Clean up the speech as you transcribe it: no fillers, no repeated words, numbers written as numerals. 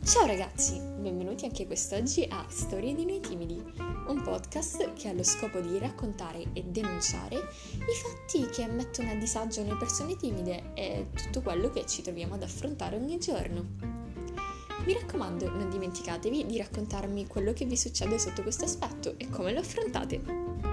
Ciao ragazzi, benvenuti anche quest'oggi a Storie di noi timidi, un podcast che ha lo scopo di raccontare e denunciare i fatti che mettono a disagio noi persone timide e tutto quello che ci troviamo ad affrontare ogni giorno. Mi raccomando, non dimenticatevi di raccontarmi quello che vi succede sotto questo aspetto e come lo affrontate.